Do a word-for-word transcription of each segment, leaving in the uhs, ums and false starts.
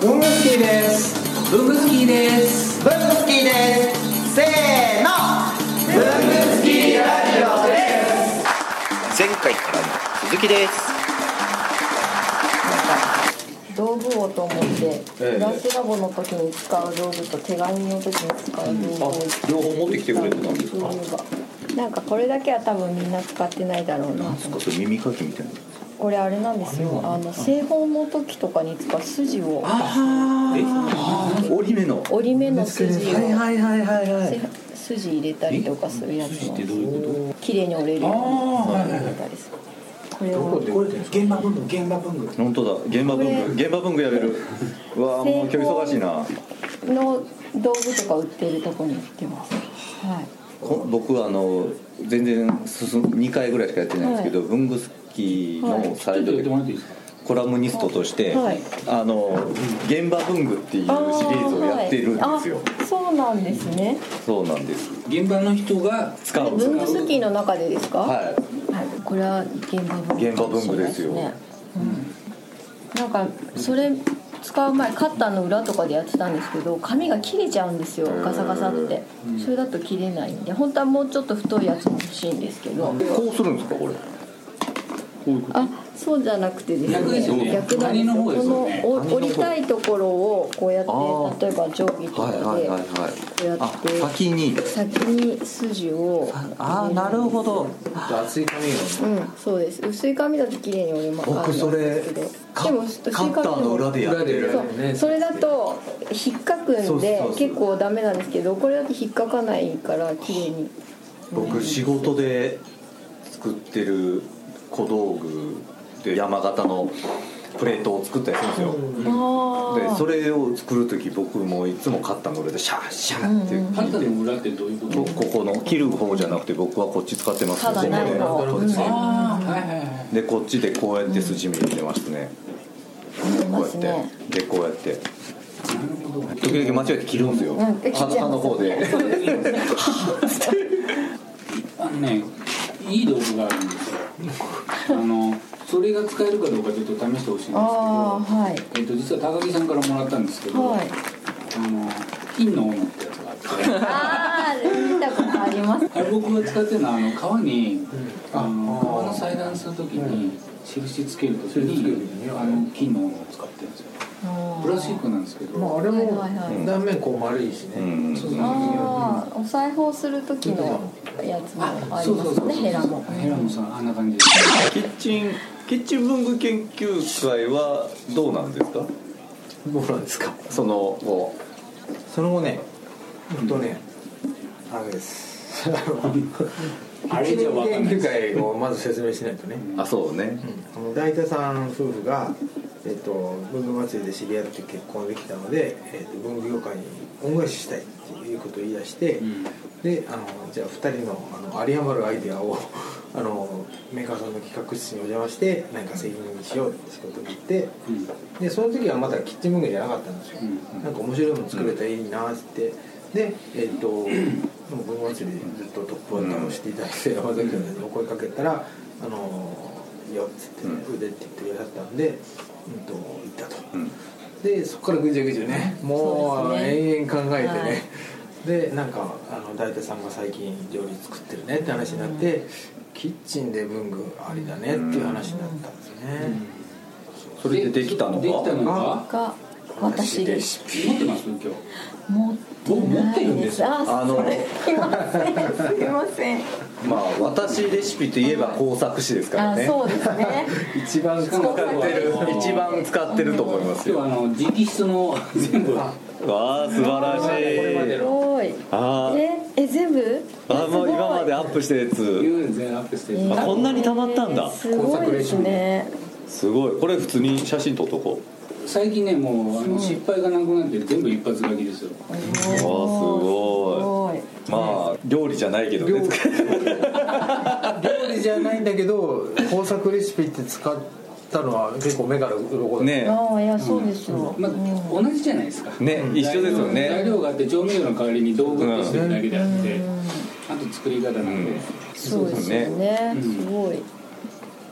文具スキーです。 文具スキーです。 文具スキーです。せーの、文具スキーラジオです。 前回からの続きです。 道具をと思って、クラスラボの時に使う道具と手紙の時に使う道具を、 うん、両方持ってきてくれてたんですか。 なんかこれだけは多分みんな使ってないだろうな。 なんですかそれ、耳かきみたいな。 これあれなんですよ、あの製本の時とかに使う筋を、 ああ、折り目の折り目の筋を、 はいはいはいはいはい、 筋入れたりとかするやつなんです。 どういうこと？ 綺麗に折れるように入れたりする。これをこれ現場文具、現場文具。 本当だ、現場文具、現場文具やれる。うわあ、もう今日忙しいな。 の道具とか売ってるとこに売ってます。はい。 僕はあの全然進にかいぐらいしかやってないんですけど、はい、文具スキーのサイトでコラムニストとして、はい、あの現場文具っていうシリーズをやってるんですよ。 あ、そうなんですね。 そうなんです。 現場の人が使う文具スキーの中でですか？ はい、 はい、これは現場文具、 現場文具ですよ。うん、 なんかそれ使う前カッターの裏とかでやってたんですけど、紙が切れちゃうんですよ、ガサガサって。それだと切れないんで、本当はもうちょっと太いやつも欲しいんですけど。 こうするんですかこれ？ こういうこと？あ、そうじゃなくてですね、 逆ですよね。 逆なんですよ。この折りたいところをこうやって、例えば定規とかでこうやって先に先に筋を、 ああ、なるほど。 厚い紙が、うん、そうです。薄い紙だと綺麗に折れます。 僕それでも薄い紙カッターの裏でやってる。 そう、それだと引っかくんで結構ダメなんですけど、これだと引っかかないから綺麗に。 僕仕事で作ってる小道具で山形のプレートを作ったりするんですよ。うん、でそれを作る時僕もいつもカッターの裏でシャーシャーって言って、 カッターの裏ってどういうこと？ ここの切る方じゃなくて僕はこっち使ってますね。 ただないのこっちで、 あー、はいはいはい、 でこっちでこうやって筋目入れますね。 うん、 こうやってでこうやって時々間違えて切るんですよ。鼻の方で。 あのね、いい道具があるんですよ。あのそれが使えるかどうかちょっと試してほしいんですけど、 はい、 えっと、実は高木さんからもらったんですけど、はい、あの金の斧ってやつがあって、 あー、見たことあります。 あれ僕が使ってるのはあの革に、あの革の裁断するときに印つけるときにあの金の斧を使ってるんですよ。プラスチックなんですけど、 まあ、あれも断面こう丸いしね、うん、 そうそうそう、 ああ、お裁縫する時のやつもありますね。ヘラもヘラもさ、あんな感じでキッチンキッチン文具研究会はどうなんですか？ どうなんですかその後その後ね、ほんとね、あれですあれじゃ分かんない研究会をまず説明しないとね。 あ、そうね、 うん、あの大田さん夫婦がえっと、文具祭りで知り合って結婚できたので、えっと、文具業界に恩返ししたいっていうことを言い出して、うん、であのじゃあふたりのあの有り余るアイデアをあのメーカーさんの企画室にお邪魔して何か製品にしようって仕事に行って、うん、でその時はまだキッチン文具じゃなかったんですよ、うん、なんか面白いもの作れたらいいなって言って、で、えっと、文具祭りでずっとトップバッターをしていただいて山崎さんにお声かけたらあのいいよっつって腕って言ってくださったんで、うんと行ったと、うん、でそこからぐじゃぐじゃね、もう延々考えてね、はい、でなんかあの大田さんが最近料理作ってるねって話になって、うん、キッチンで文具ありだねっていう話になったんですね、うん、 それでできたのができたのがが私レシピ持ってます今日持ってないです。あのすいませんすいません。 まあ私レシピといえば工作紙ですからね。 あ、そうですね。 一番使ってる一番使ってると思いますよ。 今日はあの直筆の全部。 わあ素晴らしい。 すごい。あええ全部？ あもう今までアップしたやつ。 全然アップしてる。 えー、 こんなに溜まったんだ。 すごいですね。 すごい。これ普通に写真撮っとこう。 最近ねもうあの失敗がなくなって全部一発書きですよ。 わあすごい。まあ料理じゃないけどね。 料理じゃないんだけど工作レシピって使ったのは結構目から鱗だね。 ああいやそうですよ。 うんまあ、同じじゃないですか。 ね、うん、一緒ですよね。 材料があって調味料の代わりに道具としてるだけであって、うん、あと作り方なんで。 そうですよね。すごい。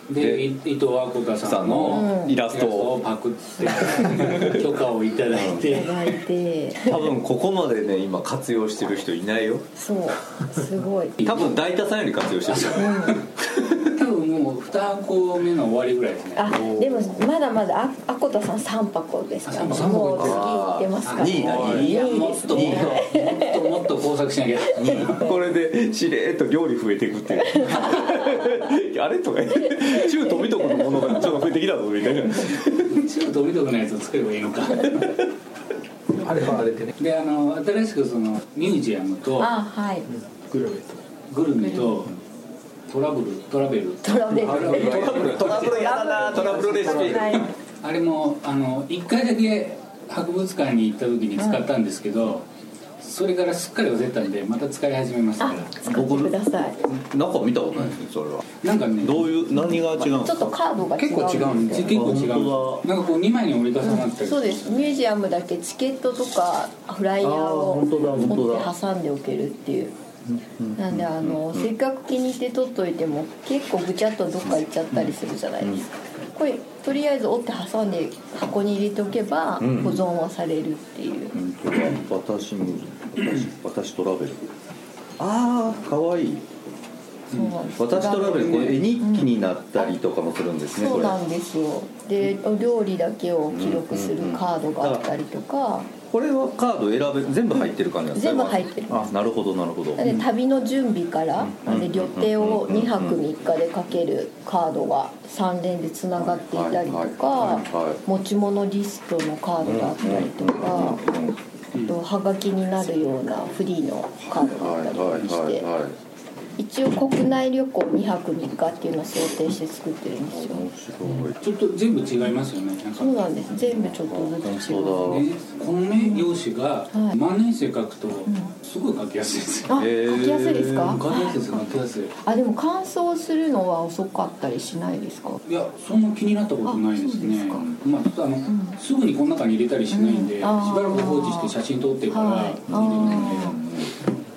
で伊藤和子田さんのイラストをパクって許可をいただいて、 いただいて多分ここまでね今活用してる人いないよ。 そうすごい多分大田さんより活用してるよ、 うん、多分もうに箱目の終わりぐらいですね。 あでもまだまだああこたさんさん箱ですから、 あさん箱もう次行ってますからにいだいやもっともっともっと工作しなきゃこれでしれーっと料理増えていくっていうあれとか中富徳のものがちょっと増えてきたぞみたいな中富徳のやつを作ればいいのかあれはあれでねであの新しくそのミュージアムとあはいグルメとグルメとトラブルトラベルトラベルトラブルトラブルやだなトラブルレシピあれもあのいっかいだけ博物館に行った時に使ったんですけど、それからすっかり忘れたんでまた使い始めましたかあら。 使ってください。 なんか見たことないですねそれは。 なんかねどういう何が違うんですか。 ちょっとカードが違結構違うんです結構違うなんかこうにまいに折り重なったり、 そうです。ミュージアムだけチケットとかフライヤーを持って挟んでおけるっていう。なんであのせっかく気に入って取っといても結構ぐちゃっとどっか行っちゃったりするじゃないですか。これとりあえず折って挟んで箱に入れておけば保存はされるっていう、 うん、私も私私トラベルああかわいい。 そうなんです。 私トラベルこれ絵日記になったりとかもするんですね、 そうなんですよ。でお料理だけを記録するカードがあったりとか、 これはカード選べ全部入ってる感じなんですか。 全部入ってる。 あ、なるほどなるほど。 で旅の準備からで旅程をにはくみっかでかけるカードがさん連でつながっていたりとか、持ち物リストのカードがあったりとか、あとはがきになるようなフリーのカードがあったりして、一応国内旅行にはくみっかっていうのを想定して作ってるんですよ。 面白い。 ちょっと全部違いますよね。なんかそうなんです。全部ちょっとずつ違う。 ね、このね用紙が万年筆で書くとすごい書きやすいですよ。 あ、書きやすいですか？ 書きやすいです書きやすい。 あ、でも乾燥するのは遅かったりしないですか？ いや、そんな気になったことないですね。 あ、 まああの、うん、すぐにこの中に入れたりしないんで、 うん、 しばらく放置して写真撮ってから入れるんで。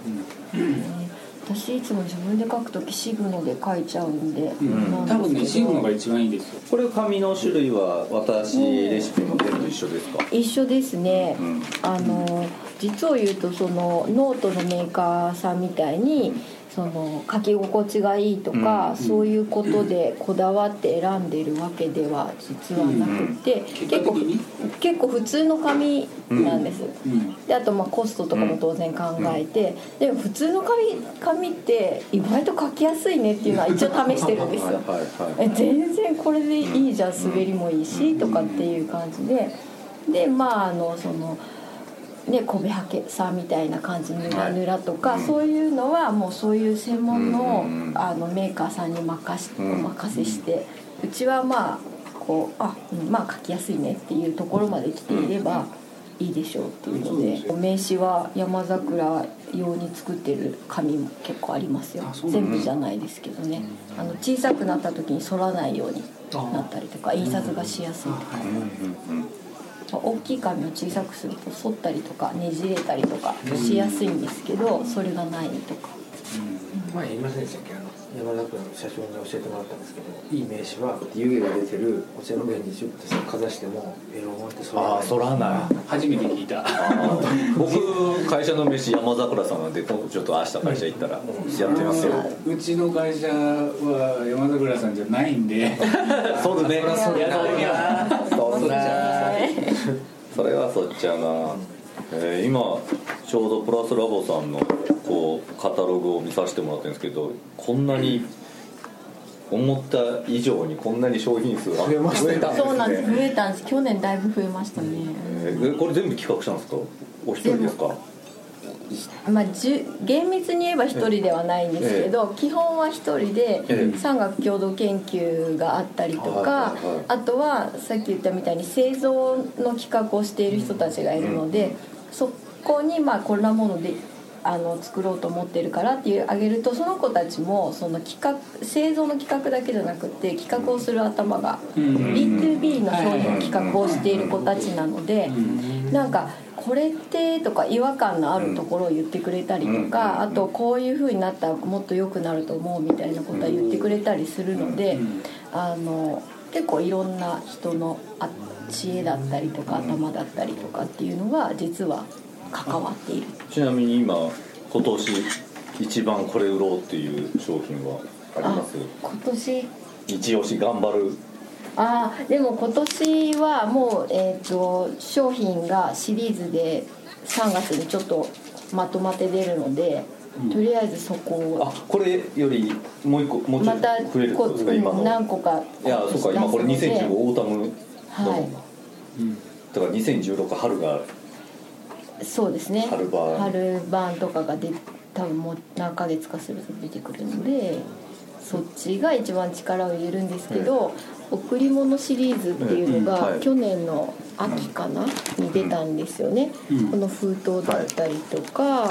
私いつも自分で書くときシグノで書いちゃうんで、 うん、多分ねシグノが一番いいですよ。 これ紙の種類は私レシピも全部一緒ですか？ 一緒ですね、うん、あの実を言うとそのノートのメーカーさんみたいにその書き心地がいいとか、うん、そういうことでこだわって選んでるわけでは実はなくて、うん、結構結構普通の紙なんです、うん、であとまあコストとかも当然考えて、うん、でも普通の紙紙って意外と書きやすいねっていうのは一応試してるんですよえ全然これでいいじゃん、滑りもいいしとかっていう感じで、でまああのそのね、小部はけさんみたいな感じぬらぬらとか、はい、そういうのはもうそういう専門 の,、うん、あのメーカーさんに任し、うん、お任せして、うちはまあこうあ、うん、まあ書きやすいねっていうところまで来ていればいいでしょうっていうので、名刺は山桜用に作ってる紙も結構ありますよ。全部じゃないですけどね、あの小さくなった時に反らないようになったりとか、印刷がしやすいとか、大きい紙を小さくすると反ったりとかねじれたりとかしやすいんですけど、それがないとか、 うん、前言いませんでしたっけ、あの山田君の社長に教えてもらったんですけど、いい名刺は湯気が出てるお茶の上にシュッとかざしてもベローンって反らない。 ああ、反らない。 初めて聞いた。 僕会社の名刺山桜さんなんでちょっと明日会社行ったらやってますよ。 うちの会社は山桜さんじゃないんでそうだね、 そりゃそうだねそれはそっちゃな、えー、今ちょうどプラスラボさんのこうカタログを見させてもらってるんですけど、こんなに思った以上にこんなに商品数が増えましたね。 そうなんです、増えたんです。去年だいぶ増えましたね、 えー、これ全部企画したんですか？お一人ですか？ まあ、厳密に言えば一人ではないんですけど、ええ、基本は一人で産学共同研究があったりとか、え、あとはさっき言ったみたいに製造の企画をしている人たちがいるので、うん、そこにまあこんなものであの作ろうと思ってるからっていうあげると、その子たちもその企画製造の企画だけじゃなくて企画をする頭が ビーツービー の商品の企画をしている子たちなので、なんかこれってとか違和感のあるところを言ってくれたりとか、あとこういう風になったらもっと良くなると思うみたいなことは言ってくれたりするので、 あの結構いろんな人の知恵だったりとか頭だったりとかっていうのが実は関わっている。 ちなみに今今年一番これ売ろうっていう商品はあります？ 今年一押し頑張る。 あでも今年はもう、えー、と商品がシリーズでさんがつにちょっとまとまって出るので、うん、とりあえずそこをあこれよりもう一個もうちょっと増えるってことですか、今の何個かいやそうか今これにせんじゅうごオータムだもんな、 はいうん、だからにせんじゅうろく春がそうですね春版春版とかがで多分もう何ヶ月かすると出てくるのでそっちが一番力を入れるんですけど、うん、贈り物シリーズっていうのが、うんはい、去年の秋かなに出たんですよね、うん、この封筒だったりとか、はい、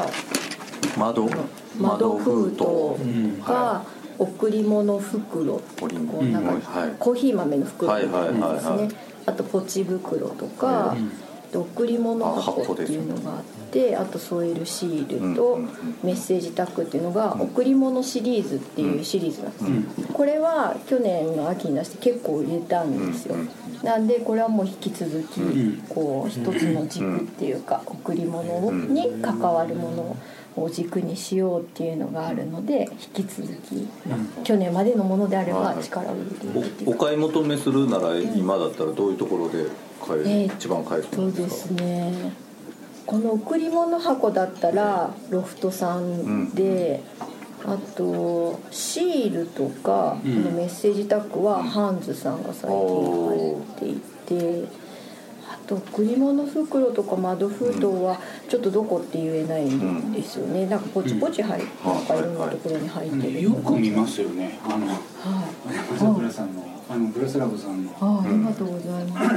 窓窓封筒が贈り物袋、こうなんかコーヒー豆の袋みたいなんですね。あとポチ袋とか、うん、贈り物箱っていうのがあって、あと添えるシールとメッセージタッグっていうのが贈り物シリーズっていうシリーズなんです、うん、これは去年の秋に出して結構入れたんですよ。なんでこれはもう引き続きこう一つの軸っていうか贈り物に関わるものを軸にしようっていうのがあるので引き続き去年までのものであれば力を入れているっていう、 お, お買い求めするなら今だったらどういうところで買える、えー、一番買えるんですか？ そうですね、この贈り物箱だったらロフトさんで、うん、あとシールとか、うん、このメッセージタッグはハンズさんが最近入っていて、あと贈り物袋とか窓封筒はちょっとどこって言えないんですよね。なんかポチポチ入って、うん、なんかいろんなところに入ってる、 よく見ますよね、あの、はい、朝倉さんのあのブラスラブさんの、 あ, ありがとうございます。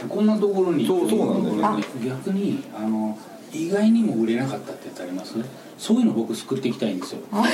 こんなところにそうそうなんですね。逆にあの意外にも売れなかったってやつあります？そういうの僕救っていきたいんですよ。 もう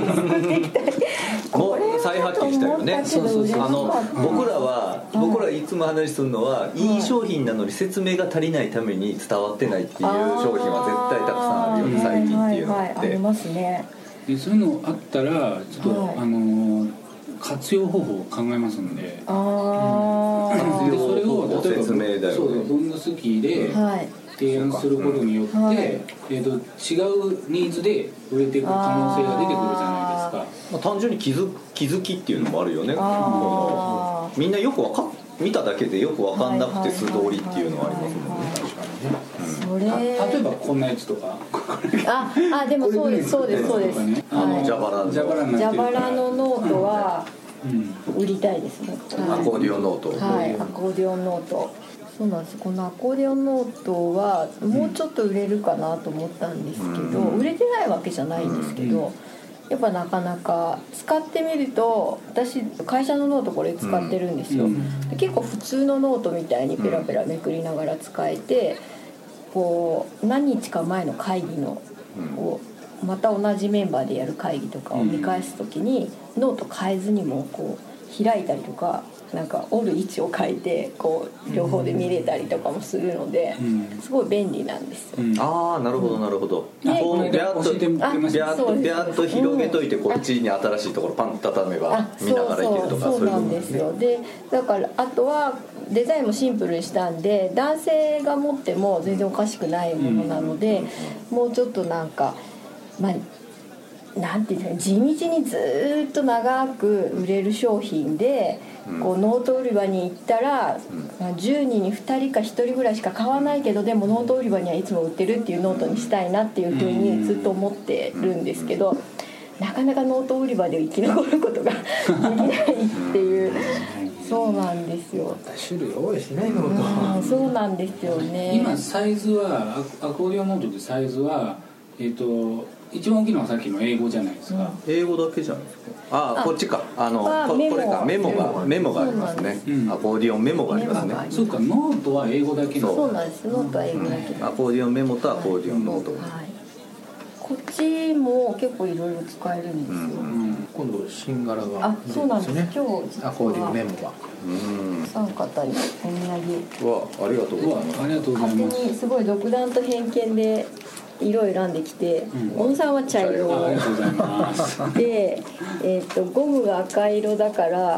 再発見したいよね。そうそうそう。あの僕らは僕らいつも話するのは、いい商品なのに説明が足りないために伝わってないっていう商品は絶対たくさんあるよね、最近っていうのって。 はいはいはい、ありますね。 でそういうのあったらちょっと、はい、あの活用方法を考えますので。 ああ。 でそれを例えば説明だよね。 そう文具スキーで。はい。提案することによって、はい、えー、と違うニーズで売れていく可能性が出てくるじゃないですか。 まあ、単純に気づ、気づきっていうのもあるよね。あみんなよくわか見ただけでよく分かんなくて素通りっていうのはありますもんね。確かにね。それ例えばこんなやつとかああでもそうですそうですそうです。 ね、あの蛇腹の蛇腹のノートは売りたいですね。 アコーディオンノート。 はいアコーディオンノート。そうなんです。このアコーディオンノートはもうちょっと売れるかなと思ったんですけど、売れてないわけじゃないんですけど、やっぱなかなか使ってみると、私会社のノートこれ使ってるんですよ。で結構普通のノートみたいにペラペラめくりながら使えて、こう何日か前の会議のこうまた同じメンバーでやる会議とかを見返す時にノート変えずにもこう開いたりとか。なんか折る位置を変えてこう両方で見れたりとかもするので、うん、すごい便利なんですよ、 うん、ああなるほどなるほど、うん、こうビャッとビャッとビャッと広げといてこっちに新しいところパンと畳めば見ながらいけるとかそうなんですよ。でだからあとはデザインもシンプルにしたんで男性が持っても全然おかしくないものなので、もうちょっとなんかまあなんていうんですか、地道にずっと長く売れる商品で、うん、こうノート売り場に行ったら、うん、じゅうにんにふたりかひとりぐらいしか買わないけどでもノート売り場にはいつも売ってるっていうノートにしたいなっていうふうにずっと思ってるんですけど、なかなかノート売り場で生き残ることができないっていうそうなんですよ。 種類多いしねノート。そうなんですよね。 今サイズはアコーディオンノートでサイズはえっ、ー、と一番大きいのはさっきの英語じゃないですか、うん、 英語だけじゃないですか。ああこっちかあのここれかメモがメモがありますね、うん、アコーディオンメモがありますね。 そうかノートは英語だけ。 そうなんですノートは英語だけ、うん、 アコーディオンメモとアコーディオンノート、はいはい、 こっちも結構いろいろ使えるんですよ、 うんうん、今度新柄が、ね、 あそうなんです今日実はアコーディオンメモがお三方にお土産わありがとうございます。 ありがとうございます。 勝手にすごい独断と偏見で色を選んできて、うん、小野さんは茶色ありがとうございますで、えー、とゴムが赤色だから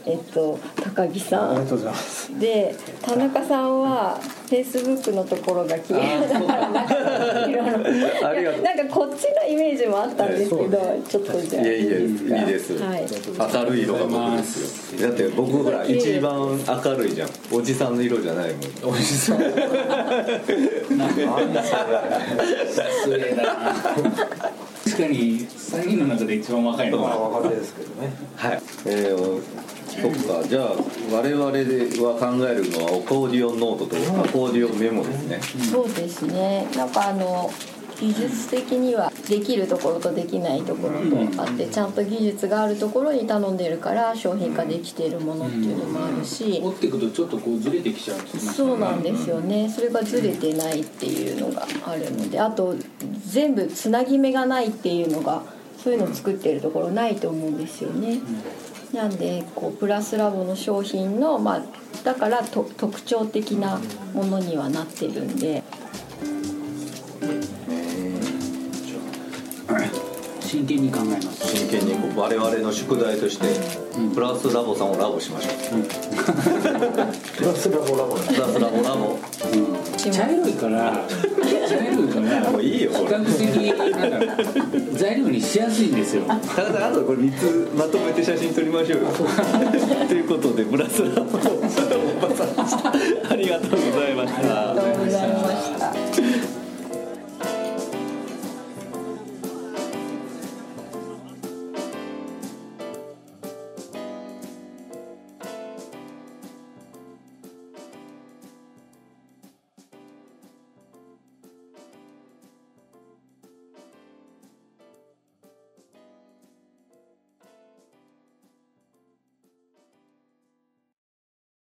えっと、高木さんありがとうございますで、田中さんはフェイスブックのところが綺麗だからなんかありがとう。 なんかこっちのイメージもあったんですけど、 えちょっとじゃあいやいやいいかです、 はい、 明るい色が僕ですよ。だって僕ほら一番明るいじゃん。おじさんの色じゃないもん。 おじさん失礼だな。確かにさんにんの中で一番若いのまあは若手ですけどね。 はい。えー、そっか。じゃあ我々では考えるのはアコーディオンノートとアコーディオンメモですね。 そうですね。なんかあの技術的にはできるところとできないところとあって、ちゃんと技術があるところに頼んでるから商品化できているものっていうのもあるし、 折っていくとちょっとこうずれてきちゃうんですね。 そうなんですよね。それがずれてないっていうのがあるので、あと全部つなぎ目がないっていうのが、そういうのを作っているところないと思うんですよね。なんでこうプラスラボの商品の、まあ、だからと特徴的なものにはなってるんで、 真剣に考えます。 真剣に我々の宿題としてプラスラボさんをラボしましょう。 プラスラボラボプラスラボラボ。 茶色いから茶色いからもういいよこれ。 比較的なんだろう材料にしやすいんですよ。 高田さん、あとこれみっつまとめて写真撮りましょうよ。ということでプラスラボ